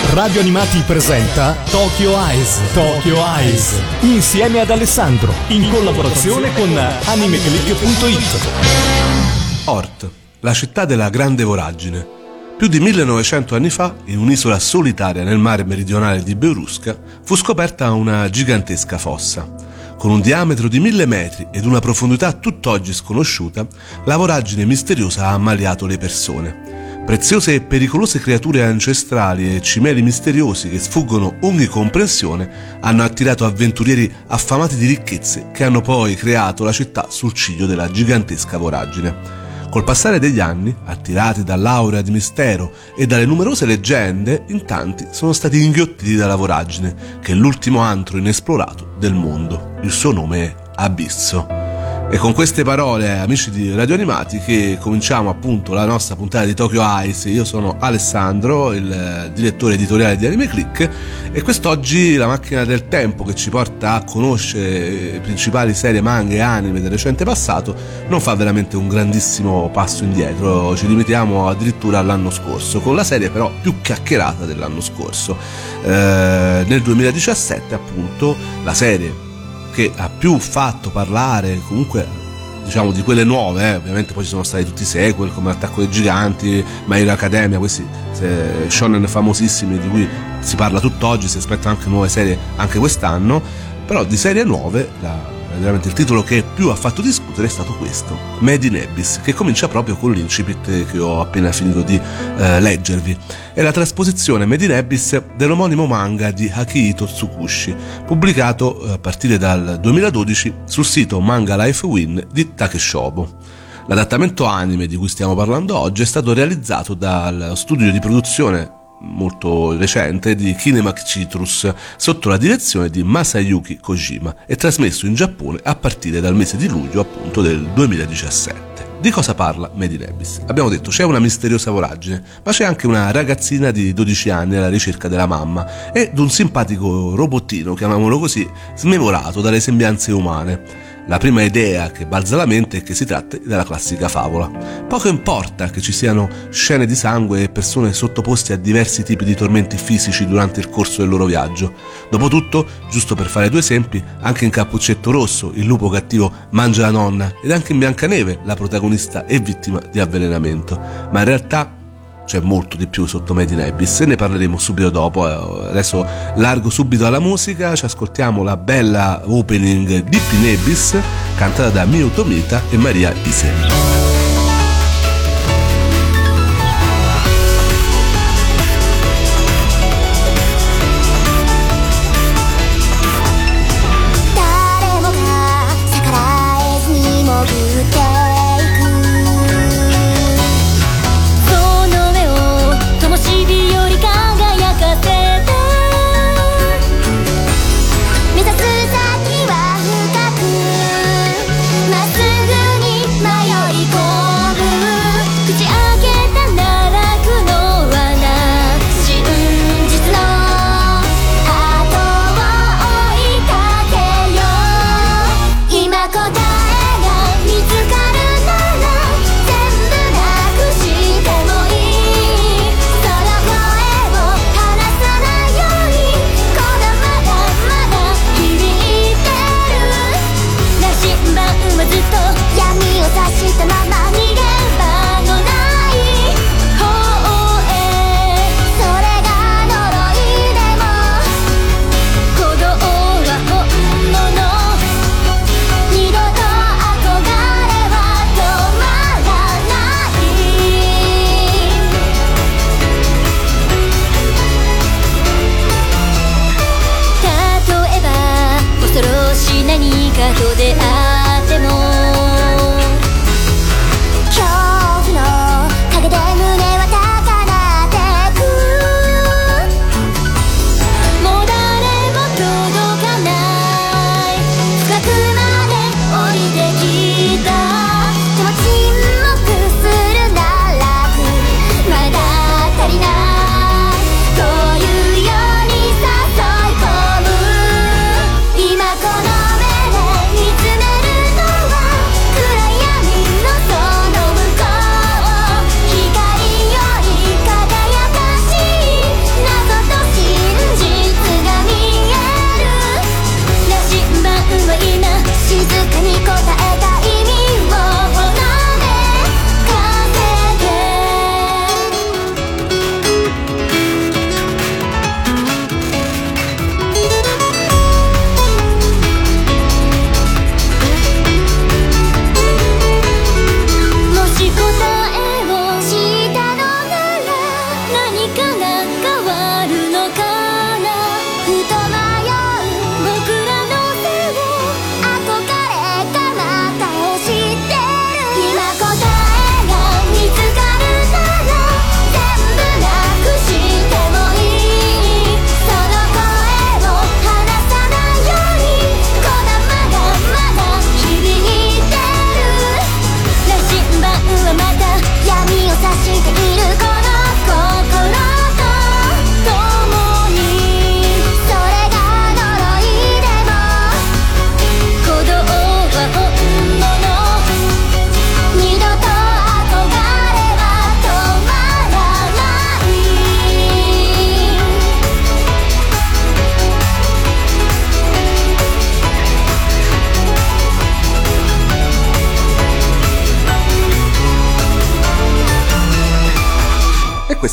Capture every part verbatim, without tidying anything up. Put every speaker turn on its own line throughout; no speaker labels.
Radio Animati presenta Tokyo Eyes. Tokyo Eyes. Insieme ad Alessandro. In collaborazione con animeclick punto it.
Ort, la città della grande voragine. Più di millenovecento anni fa, in un'isola solitaria nel mare meridionale di Beoruska, fu scoperta una gigantesca fossa. Con un diametro di mille metri ed una profondità tutt'oggi sconosciuta, la voragine misteriosa ha ammaliato le persone. Preziose e pericolose creature ancestrali e cimeli misteriosi che sfuggono ogni comprensione hanno attirato avventurieri affamati di ricchezze che hanno poi creato la città sul ciglio della gigantesca voragine. Col passare degli anni, attirati dall'aura di mistero e dalle numerose leggende, in tanti sono stati inghiottiti dalla voragine, che è l'ultimo antro inesplorato del mondo. Il suo nome è Abisso. E con queste parole, amici di Radio Animati, che cominciamo appunto la nostra puntata di Tokyo Eyes. Io sono Alessandro, il direttore editoriale di AnimeClick, e quest'oggi la macchina del tempo che ci porta a conoscere le principali serie manga e anime del recente passato non fa veramente un grandissimo passo indietro. Ci limitiamo addirittura all'anno scorso, con la serie però più chiacchierata dell'anno scorso. Eh, nel duemiladiciassette appunto la serie che ha più fatto parlare, comunque diciamo di quelle nuove, eh. Ovviamente poi ci sono stati tutti i sequel come Attacco dei Giganti, My Hero Academia, questi eh, shonen famosissimi di cui si parla tutt'oggi, si aspettano anche nuove serie anche quest'anno, però di serie nuove la veramente il titolo che più ha fatto discutere è stato questo, Made in Abyss, che comincia proprio con l'incipit che ho appena finito di eh, leggervi. È la trasposizione Made in Abyss dell'omonimo manga di Akihito Tsukushi, pubblicato a partire dal duemiladodici sul sito Manga Life Win di Takeshobo. L'adattamento anime di cui stiamo parlando oggi è stato realizzato dal studio di produzione molto recente di Kinemax Citrus sotto la direzione di Masayuki Kojima e trasmesso in Giappone a partire dal mese di luglio appunto del duemiladiciassette. Di cosa parla Made in Abyss? Abbiamo detto c'è una misteriosa voragine, ma c'è anche una ragazzina di dodici anni alla ricerca della mamma ed un simpatico robottino, chiamiamolo così, smemorato dalle sembianze umane. La prima idea che balza alla mente è che si tratti della classica favola. Poco importa che ci siano scene di sangue e persone sottoposte a diversi tipi di tormenti fisici durante il corso del loro viaggio. Dopotutto, giusto per fare due esempi, anche in Cappuccetto Rosso il lupo cattivo mangia la nonna ed anche in Biancaneve la protagonista è vittima di avvelenamento. Ma in realtà c'è molto di più sotto Made in Abyss e ne parleremo subito dopo. Adesso largo subito alla musica, ci ascoltiamo la bella opening Deep in Abyss cantata da Miyu Tomita e Maria Isel.
まっすぐに迷い込む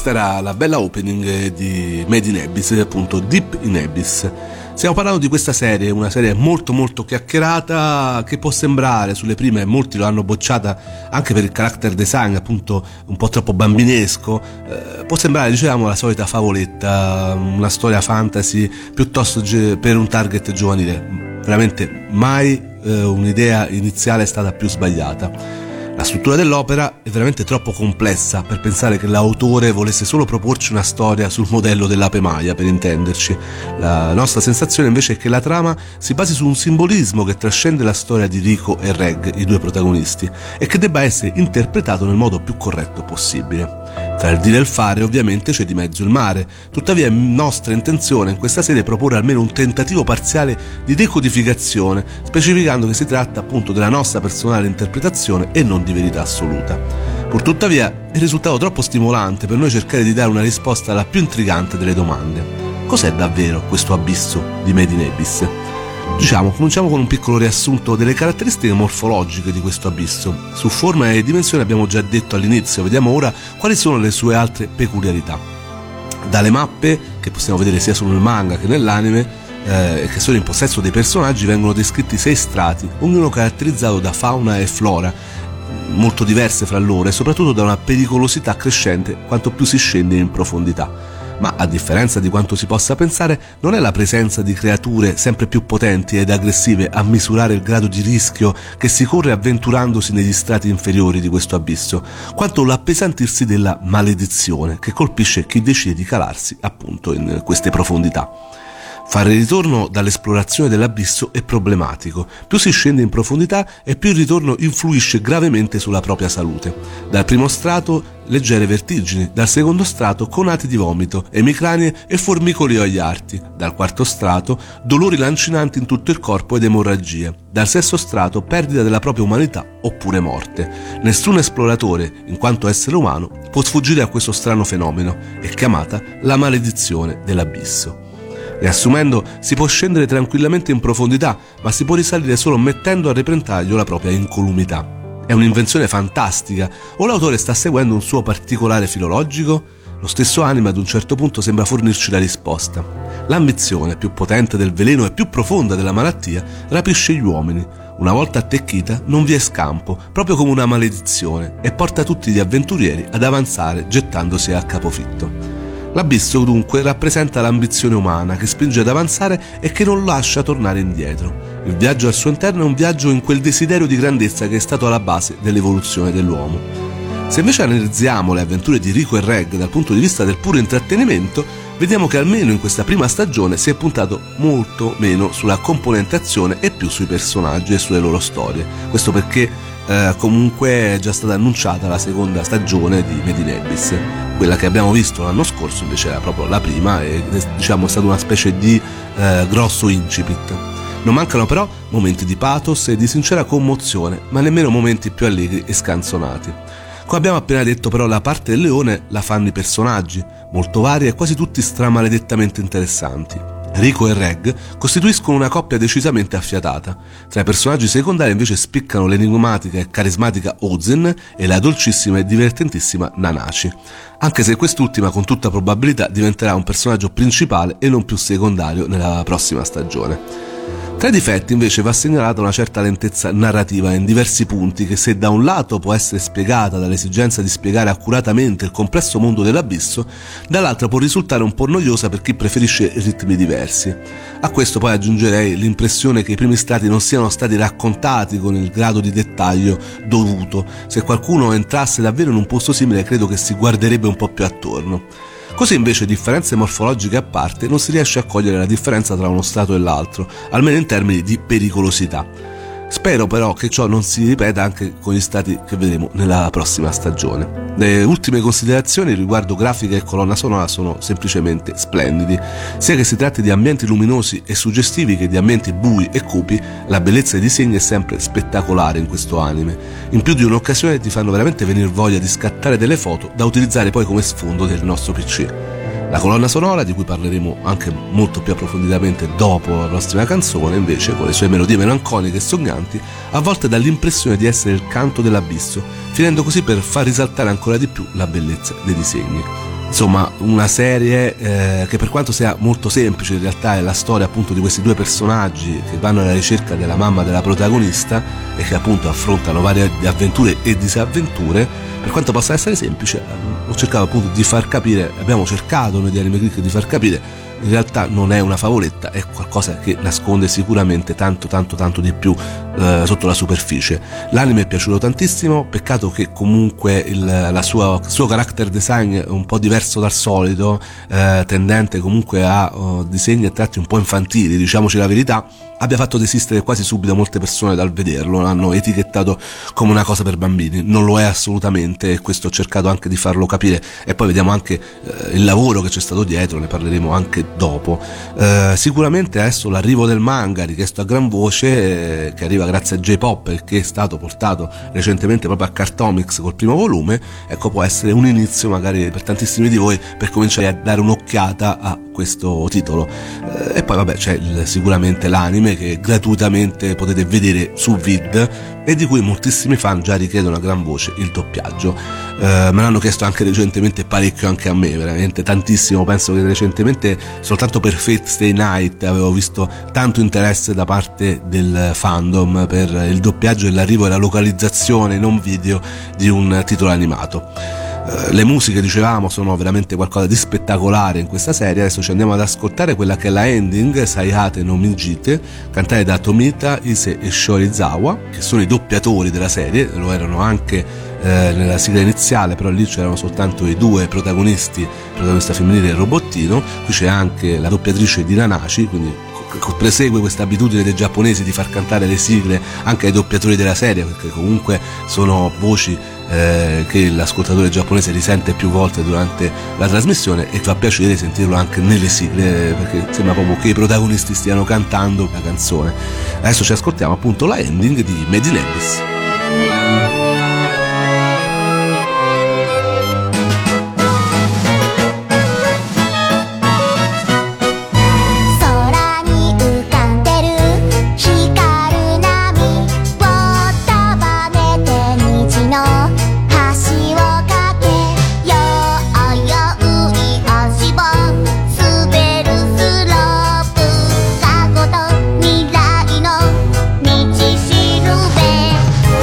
questa era la bella opening di Made in Abyss, appunto Deep in Abyss. Stiamo parlando di questa serie, una serie molto molto chiacchierata, che può sembrare sulle prime, molti lo hanno bocciata anche per il character design appunto un po' troppo bambinesco, eh, può sembrare, diciamo, la solita favoletta, una storia fantasy piuttosto ge- per un target giovanile. Veramente mai eh, un'idea iniziale è stata più sbagliata. La struttura dell'opera è veramente troppo complessa per pensare che l'autore volesse solo proporci una storia sul modello dell'ape Maia, per intenderci. La nostra sensazione invece è che la trama si basi su un simbolismo che trascende la storia di Rico e Reg, i due protagonisti, e che debba essere interpretato nel modo più corretto possibile. Tra il dire e il fare ovviamente c'è di mezzo il mare, tuttavia è nostra intenzione in questa serie proporre almeno un tentativo parziale di decodificazione, specificando che si tratta appunto della nostra personale interpretazione e non di verità assoluta. Purtuttavia è risultato troppo stimolante per noi cercare di dare una risposta alla più intrigante delle domande. Cos'è davvero questo abisso di Made in Abyss? Diciamo, cominciamo con un piccolo riassunto delle caratteristiche morfologiche di questo abisso. Su forma e dimensione abbiamo già detto all'inizio, vediamo ora quali sono le sue altre peculiarità. Dalle mappe, che possiamo vedere sia sul manga che nell'anime, eh, che sono in possesso dei personaggi, vengono descritti sei strati, ognuno caratterizzato da fauna e flora, molto diverse fra loro e soprattutto da una pericolosità crescente quanto più si scende in profondità. Ma a differenza di quanto si possa pensare, non è la presenza di creature sempre più potenti ed aggressive a misurare il grado di rischio che si corre avventurandosi negli strati inferiori di questo abisso, quanto l'appesantirsi della maledizione che colpisce chi decide di calarsi appunto in queste profondità. Fare ritorno dall'esplorazione dell'abisso è problematico. Più si scende in profondità e più il ritorno influisce gravemente sulla propria salute. Dal primo strato leggere vertigini, dal secondo strato conati di vomito, emicranie e formicolio agli arti, dal quarto strato dolori lancinanti in tutto il corpo ed emorragie, dal sesto strato perdita della propria umanità oppure morte. Nessun esploratore, in quanto essere umano, può sfuggire a questo strano fenomeno, è chiamata la maledizione dell'abisso. Riassumendo, si può scendere tranquillamente in profondità, ma si può risalire solo mettendo a repentaglio la propria incolumità. È un'invenzione fantastica, o l'autore sta seguendo un suo particolare filologico? Lo stesso anime ad un certo punto sembra fornirci la risposta. L'ambizione più potente del veleno e più profonda della malattia rapisce gli uomini. Una volta attecchita non vi è scampo, proprio come una maledizione, e porta tutti gli avventurieri ad avanzare gettandosi a capofitto. L'abisso dunque rappresenta l'ambizione umana che spinge ad avanzare e che non lascia tornare indietro. Il viaggio al suo interno è un viaggio in quel desiderio di grandezza che è stato alla base dell'evoluzione dell'uomo. Se invece analizziamo le avventure di Rico e Reg dal punto di vista del puro intrattenimento, vediamo che almeno in questa prima stagione si è puntato molto meno sulla componente azione e più sui personaggi e sulle loro storie. Questo perché eh, comunque è già stata annunciata la seconda stagione di Made in Abyss. Quella che abbiamo visto l'anno scorso invece era proprio la prima e diciamo è stata una specie di eh, grosso incipit. Non mancano però momenti di pathos e di sincera commozione, ma nemmeno momenti più allegri e scanzonati. Come abbiamo appena detto però, la parte del leone la fanno i personaggi, molto vari e quasi tutti stramaledettamente interessanti. Rico e Reg costituiscono una coppia decisamente affiatata. Tra i personaggi secondari invece spiccano l'enigmatica e carismatica Ozen e la dolcissima e divertentissima Nanachi, anche se quest'ultima con tutta probabilità diventerà un personaggio principale e non più secondario nella prossima stagione. Tra i difetti invece va segnalata una certa lentezza narrativa in diversi punti che, se da un lato può essere spiegata dall'esigenza di spiegare accuratamente il complesso mondo dell'abisso, dall'altro può risultare un po' noiosa per chi preferisce ritmi diversi. A questo poi aggiungerei l'impressione che i primi strati non siano stati raccontati con il grado di dettaglio dovuto. Se qualcuno entrasse davvero in un posto simile credo che si guarderebbe un po' più attorno. Così invece, differenze morfologiche a parte, non si riesce a cogliere la differenza tra uno strato e l'altro, almeno in termini di pericolosità. Spero però che ciò non si ripeta anche con gli strati che vedremo nella prossima stagione. Le ultime considerazioni riguardo grafica e colonna sonora sono semplicemente splendidi. Sia che si tratti di ambienti luminosi e suggestivi che di ambienti bui e cupi, la bellezza dei disegni è sempre spettacolare in questo anime. In più di un'occasione ti fanno veramente venire voglia di scattare delle foto da utilizzare poi come sfondo del nostro P C. La colonna sonora, di cui parleremo anche molto più approfonditamente dopo la prossima canzone, invece, con le sue melodie melancoliche e sognanti, a volte dà l'impressione di essere il canto dell'abisso, finendo così per far risaltare ancora di più la bellezza dei disegni. Insomma, una serie eh, che per quanto sia molto semplice in realtà è la storia appunto di questi due personaggi che vanno alla ricerca della mamma della protagonista e che appunto affrontano varie avventure e disavventure. Per quanto possa essere semplice, ho cercato appunto di far capire, abbiamo cercato noi di Anime Click di far capire, in realtà non è una favoletta, è qualcosa che nasconde sicuramente tanto tanto tanto di più eh, sotto la superficie. L'anime è piaciuto tantissimo, peccato che comunque il la sua, il suo character design è un po' diverso dal solito, eh, tendente comunque a uh, disegni e tratti un po' infantili, diciamoci la verità, abbia fatto desistere quasi subito molte persone dal vederlo, l'hanno etichettato come una cosa per bambini. Non lo è assolutamente, e questo ho cercato anche di farlo capire, e poi vediamo anche eh, il lavoro che c'è stato dietro, ne parleremo anche dopo. Eh, sicuramente adesso l'arrivo del manga richiesto a gran voce, eh, che arriva grazie a J-Pop e che è stato portato recentemente proprio a Cartomics col primo volume, ecco, può essere un inizio magari per tantissimi di voi per cominciare a dare un'occhiata a questo titolo. Eh, e poi vabbè c'è il, sicuramente l'anime che gratuitamente potete vedere su Vid e di cui moltissimi fan già richiedono a gran voce il doppiaggio. Eh, me l'hanno chiesto anche recentemente parecchio anche a me, veramente tantissimo. Penso che recentemente soltanto per Fate Stay Night avevo visto tanto interesse da parte del fandom per il doppiaggio e l'arrivo e la localizzazione non video di un titolo animato. Le musiche, dicevamo, sono veramente qualcosa di spettacolare in questa serie. Adesso ci andiamo ad ascoltare quella che è la ending, Saihate no Mijite, cantata da Tomita, Ise e Shorizawa, che sono i doppiatori della serie, lo erano anche eh, nella sigla iniziale, però lì c'erano soltanto i due protagonisti, il protagonista femminile e il robottino. Qui c'è anche la doppiatrice di Nanashi, quindi presegue questa abitudine dei giapponesi di far cantare le sigle anche ai doppiatori della serie, perché comunque sono voci eh, che l'ascoltatore giapponese risente più volte durante la trasmissione, e fa piacere sentirlo anche nelle sigle, perché sembra proprio che i protagonisti stiano cantando la canzone. Adesso ci ascoltiamo appunto la ending di Made in Abyss.
「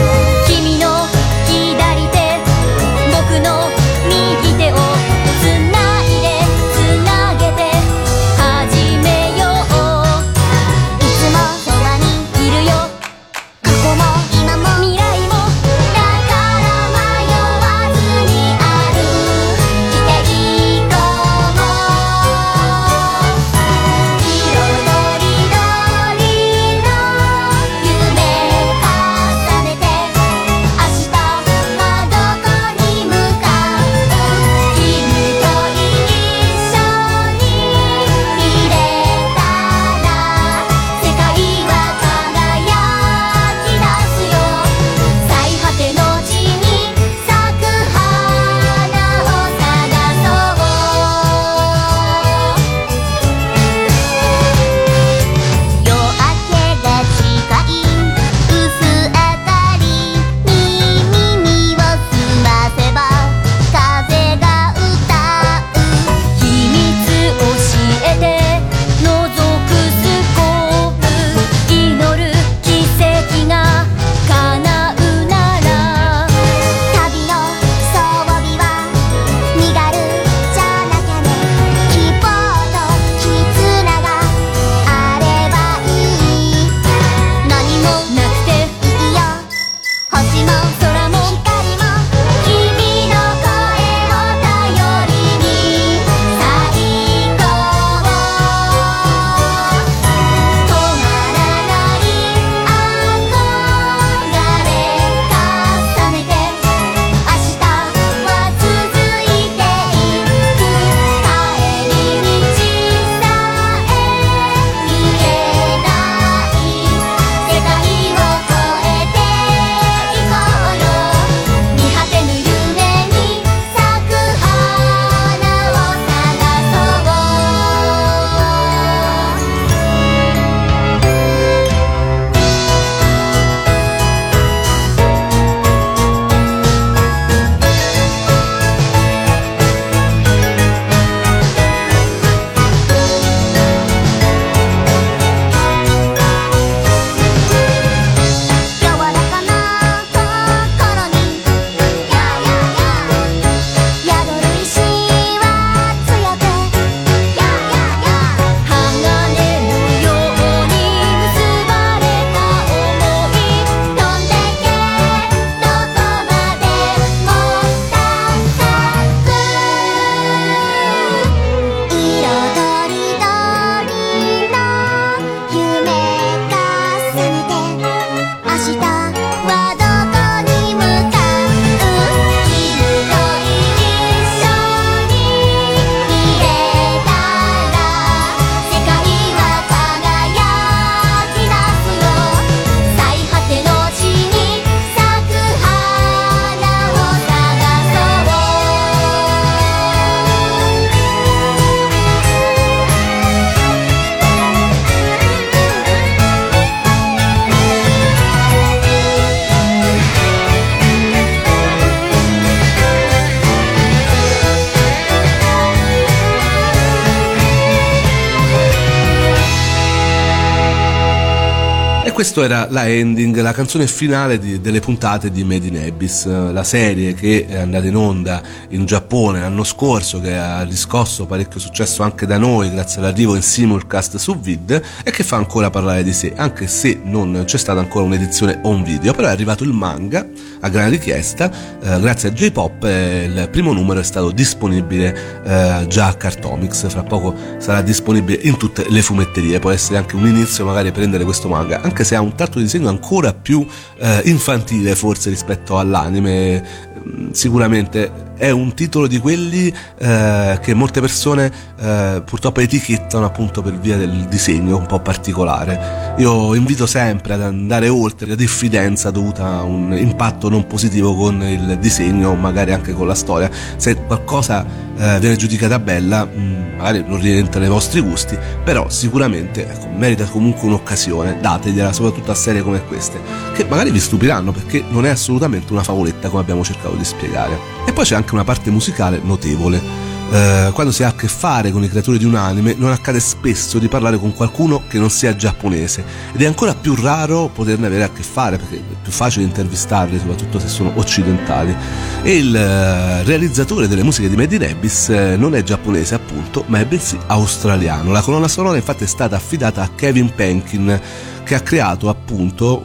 questo era la ending, la canzone finale di, delle puntate di Made in Abyss, la serie che è andata in onda in Giappone l'anno scorso, che ha riscosso parecchio successo anche da noi grazie all'arrivo in simulcast su Vid, e che fa ancora parlare di sé, anche se non c'è stata ancora un'edizione on video. Però è arrivato il manga a gran richiesta, eh, grazie a J-Pop, eh, il primo numero è stato disponibile eh, già a Cartomics, fra poco sarà disponibile in tutte le fumetterie. Può essere anche un inizio magari a prendere questo manga, anche se ha un tratto di disegno ancora più eh, infantile forse rispetto all'anime. Sicuramente è un titolo di quelli eh, che molte persone eh, purtroppo etichettano appunto per via del disegno un po' particolare. Io invito sempre ad andare oltre la diffidenza dovuta a un impatto non positivo con il disegno, magari anche con la storia. Se qualcosa eh, viene giudicata bella, mh, magari non rientra nei vostri gusti, però sicuramente ecco, merita comunque un'occasione, dategliela, soprattutto a serie come queste, che magari vi stupiranno, perché non è assolutamente una favoletta come abbiamo cercato di spiegare. E poi c'è anche una parte musicale notevole. Eh, quando si ha a che fare con i creatori di un anime non accade spesso di parlare con qualcuno che non sia giapponese, ed è ancora più raro poterne avere a che fare, perché è più facile intervistarli, soprattutto se sono occidentali. E il eh, realizzatore delle musiche di Made in Abyss eh, non è giapponese appunto, ma è bensì australiano. La colonna sonora infatti è stata affidata a Kevin Penkin, che ha creato appunto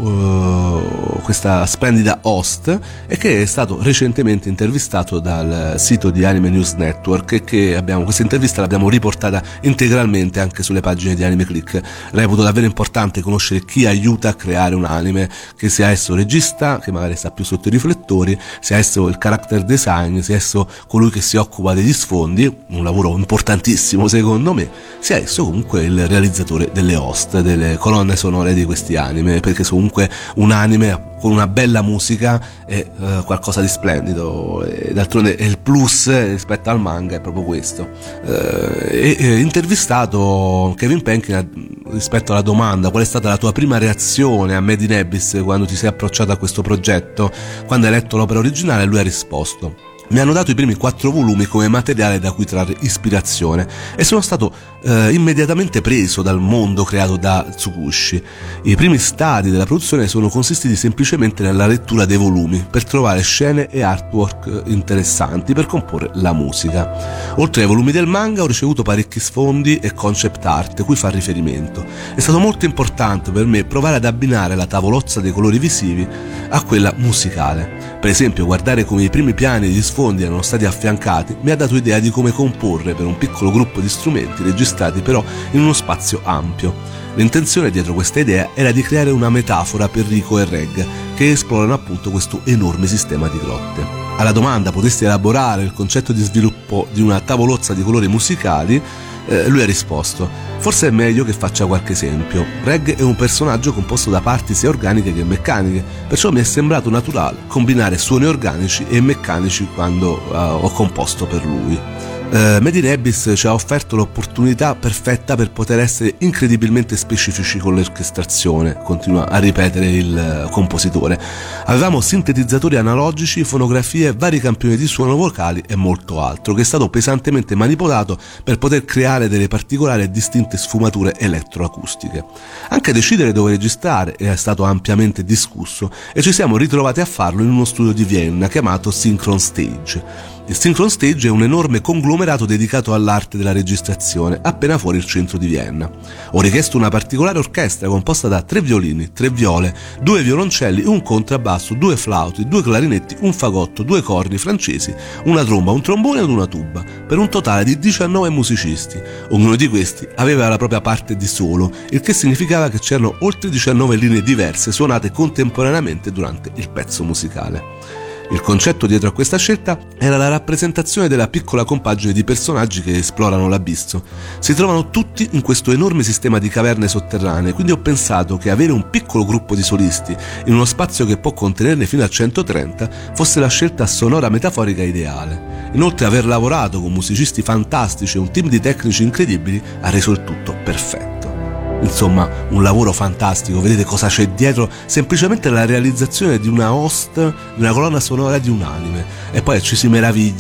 uh, questa splendida host, e che è stato recentemente intervistato dal sito di Anime News Network, e che abbiamo, questa intervista l'abbiamo riportata integralmente anche sulle pagine di Anime Click. Reputo davvero importante conoscere chi aiuta a creare un anime, che sia esso regista, che magari sta più sotto i riflettori, sia esso il character design, sia esso colui che si occupa degli sfondi, un lavoro importantissimo secondo me, sia esso comunque il realizzatore delle host, delle colonne sonore di questi anime, perché comunque un anime con una bella musica è uh, qualcosa di splendido, e d'altronde il plus rispetto al manga è proprio questo. Uh, e, e intervistato Kevin Penkin rispetto alla domanda qual è stata la tua prima reazione a Made in Abyss quando ti sei approcciato a questo progetto, quando hai letto l'opera originale, lui ha risposto: mi hanno dato i primi quattro volumi come materiale da cui trarre ispirazione e sono stato eh, immediatamente preso dal mondo creato da Tsukushi. I primi stadi della produzione sono consistiti semplicemente nella lettura dei volumi per trovare scene e artwork interessanti per comporre la musica. Oltre ai volumi del manga ho ricevuto parecchi sfondi e concept art cui fa riferimento. È stato molto importante per me provare ad abbinare la tavolozza dei colori visivi a quella musicale. Per esempio, guardare come i primi piani e gli sfondi erano stati affiancati mi ha dato idea di come comporre per un piccolo gruppo di strumenti registrati però in uno spazio ampio. L'intenzione dietro questa idea era di creare una metafora per Rico e Reg, che esplorano appunto questo enorme sistema di grotte. Alla domanda potresti elaborare il concetto di sviluppo di una tavolozza di colori musicali, eh, lui ha risposto: forse è meglio che faccia qualche esempio. Reg è un personaggio composto da parti sia organiche che meccaniche, perciò mi è sembrato naturale combinare suoni organici e meccanici quando uh, ho composto per lui. Uh, Made in Abyss ci ha offerto l'opportunità perfetta per poter essere incredibilmente specifici con l'orchestrazione, continua a ripetere il uh, compositore. Avevamo sintetizzatori analogici, fonografie, vari campioni di suono vocali e molto altro, che è stato pesantemente manipolato per poter creare delle particolari e distinte sfumature elettroacustiche. Anche decidere dove registrare è stato ampiamente discusso e ci siamo ritrovati a farlo in uno studio di Vienna chiamato Synchron Stage. Il Synchron Stage è un enorme conglomerato dedicato all'arte della registrazione, appena fuori il centro di Vienna. Ho richiesto una particolare orchestra composta da tre violini, tre viole, due violoncelli, un contrabbasso, due flauti, due clarinetti, un fagotto, due corni francesi, una tromba, un trombone ed una tuba, per un totale di diciannove musicisti. Ognuno di questi aveva la propria parte di solo, il che significava che c'erano oltre diciannove linee diverse suonate contemporaneamente durante il pezzo musicale. Il concetto dietro a questa scelta era la rappresentazione della piccola compagine di personaggi che esplorano l'abisso. Si trovano tutti in questo enorme sistema di caverne sotterranee, quindi ho pensato che avere un piccolo gruppo di solisti in uno spazio che può contenerne fino a centotrenta fosse la scelta sonora metaforica ideale. Inoltre, aver lavorato con musicisti fantastici e un team di tecnici incredibili ha reso il tutto perfetto. Insomma, un lavoro fantastico. Vedete cosa c'è dietro? Semplicemente la realizzazione di una host, di una colonna sonora di un anime, e poi ci si meraviglia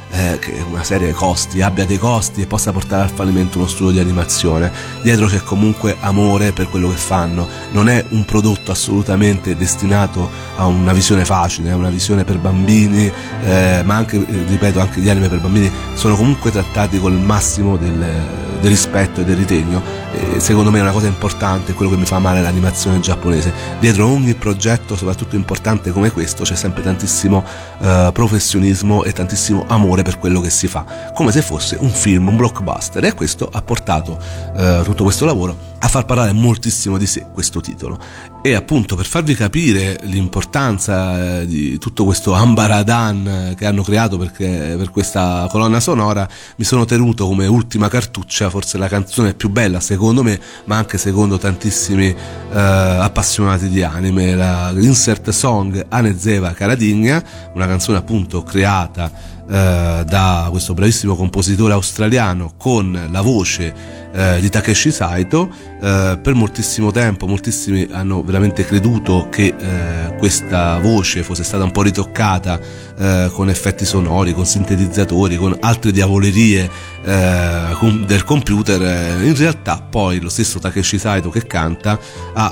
eh, che una serie costi, abbia dei costi e possa portare al fallimento uno studio di animazione. Dietro c'è comunque amore per quello che fanno, non è un prodotto assolutamente destinato a una visione facile, a una visione per bambini, eh, ma anche, eh, ripeto, anche gli anime per bambini sono comunque trattati col massimo del, del rispetto e del ritegno. E secondo me è una cosa importante, quello che mi fa male l'animazione giapponese. Dietro ogni progetto, soprattutto importante come questo, c'è sempre tantissimo uh, professionismo e tantissimo amore per quello che si fa, come se fosse un film, un blockbuster, e questo ha portato uh, tutto questo lavoro a far parlare moltissimo di sé questo titolo. E appunto, per farvi capire l'importanza eh, di tutto questo ambaradan che hanno creato perché, per questa colonna sonora, mi sono tenuto come ultima cartuccia forse la canzone più bella secondo me, ma anche secondo tantissimi eh, appassionati di anime, la insert song Anezeva Karadinha, una canzone appunto creata eh, da questo bravissimo compositore australiano con la voce Eh, di Takeshi Saito. Eh, per moltissimo tempo moltissimi hanno veramente creduto che eh, questa voce fosse stata un po' ritoccata eh, con effetti sonori, con sintetizzatori, con altre diavolerie eh, com- del computer. In realtà poi lo stesso Takeshi Saito che canta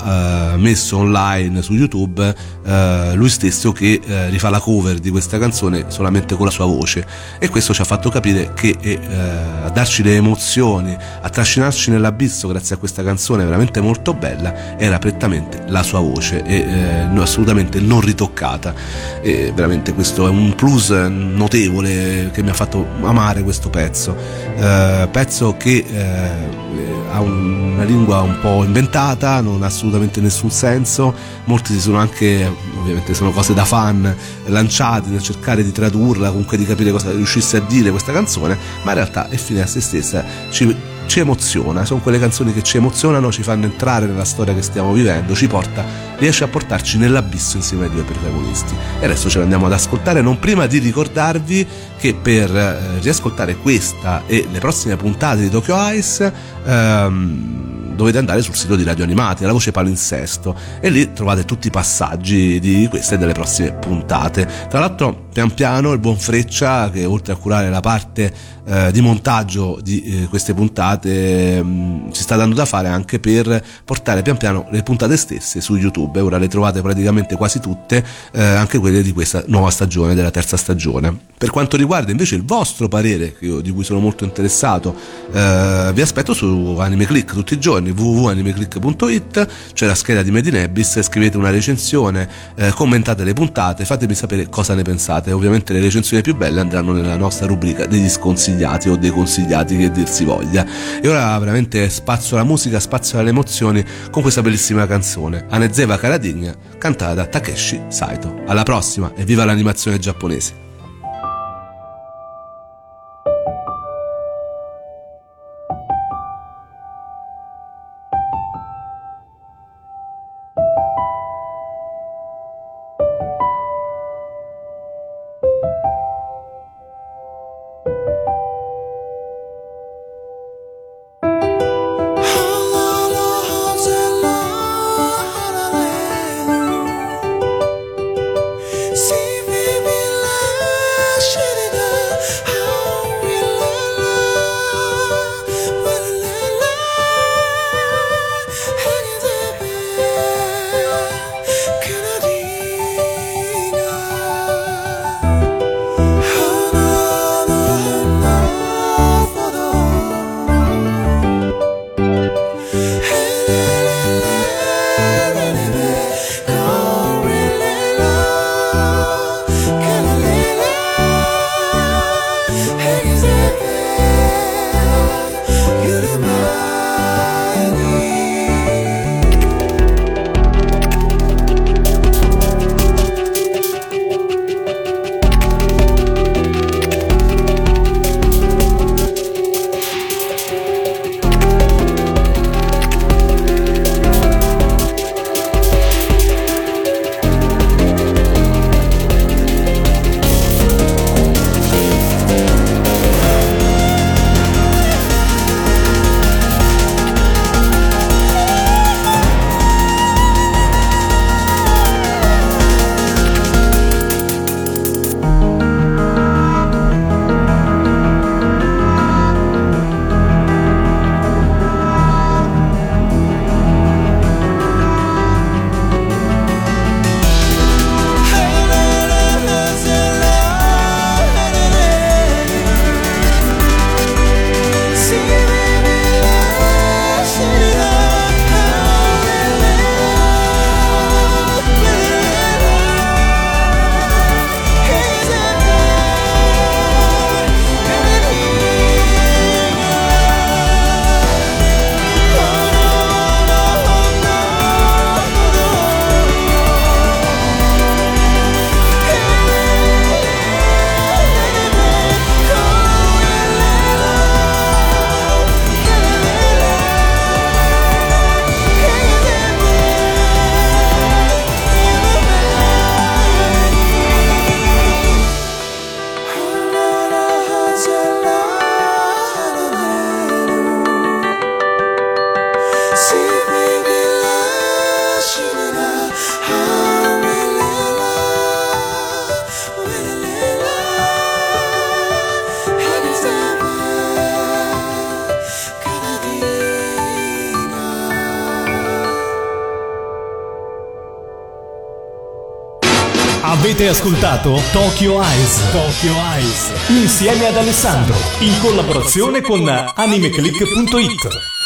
ha eh, messo online su YouTube eh, lui stesso che eh, rifà la cover di questa canzone solamente con la sua voce, e questo ci ha fatto capire che eh, a darci le emozioni, a trascinarci nell'abisso grazie a questa canzone veramente molto bella, era prettamente la sua voce e eh, no, assolutamente non ritoccata. E veramente questo è un plus notevole che mi ha fatto amare questo pezzo, eh, pezzo che eh, ha una lingua un po' inventata, non ha assolutamente nessun senso, molti si sono anche, ovviamente sono cose da fan, lanciati nel cercare di tradurla, comunque di capire cosa riuscisse a dire questa canzone, ma in realtà è fine a se stessa, ci ci emoziona, sono quelle canzoni che ci emozionano, ci fanno entrare nella storia che stiamo vivendo, ci porta, riesce a portarci nell'abisso insieme ai due protagonisti. E adesso ce l'andiamo ad ascoltare, non prima di ricordarvi che per eh, riascoltare questa e le prossime puntate di Tokyo Ice ehm, dovete andare sul sito di Radio Animati, alla voce palinsesto, e lì trovate tutti i passaggi di queste e delle prossime puntate. Tra l'altro pian piano il buon Freccia, che oltre a curare la parte eh, di montaggio di eh, queste puntate, mh, ci sta dando da fare anche per portare pian piano le puntate stesse su YouTube. Ora le trovate praticamente quasi tutte, eh, anche quelle di questa nuova stagione, della terza stagione. Per quanto riguarda invece il vostro parere, che io, di cui sono molto interessato, eh, vi aspetto su Anime Click tutti i giorni, w w w punto animeclick punto it, c'è la scheda di Made in Abyss, scrivete una recensione, eh, commentate le puntate, fatemi sapere cosa ne pensate. Ovviamente le recensioni più belle andranno nella nostra rubrica degli sconsigliati o dei consigliati, che dir si voglia. E ora veramente spazio alla musica, spazio alle emozioni con questa bellissima canzone Anezeva Karadinha, cantata da Takeshi Saito. Alla prossima e viva l'animazione giapponese!
See, baby, love.
Avete ascoltato Tokyo Eyes, Tokyo Eyes, insieme ad Alessandro, in collaborazione con animeclick punto it.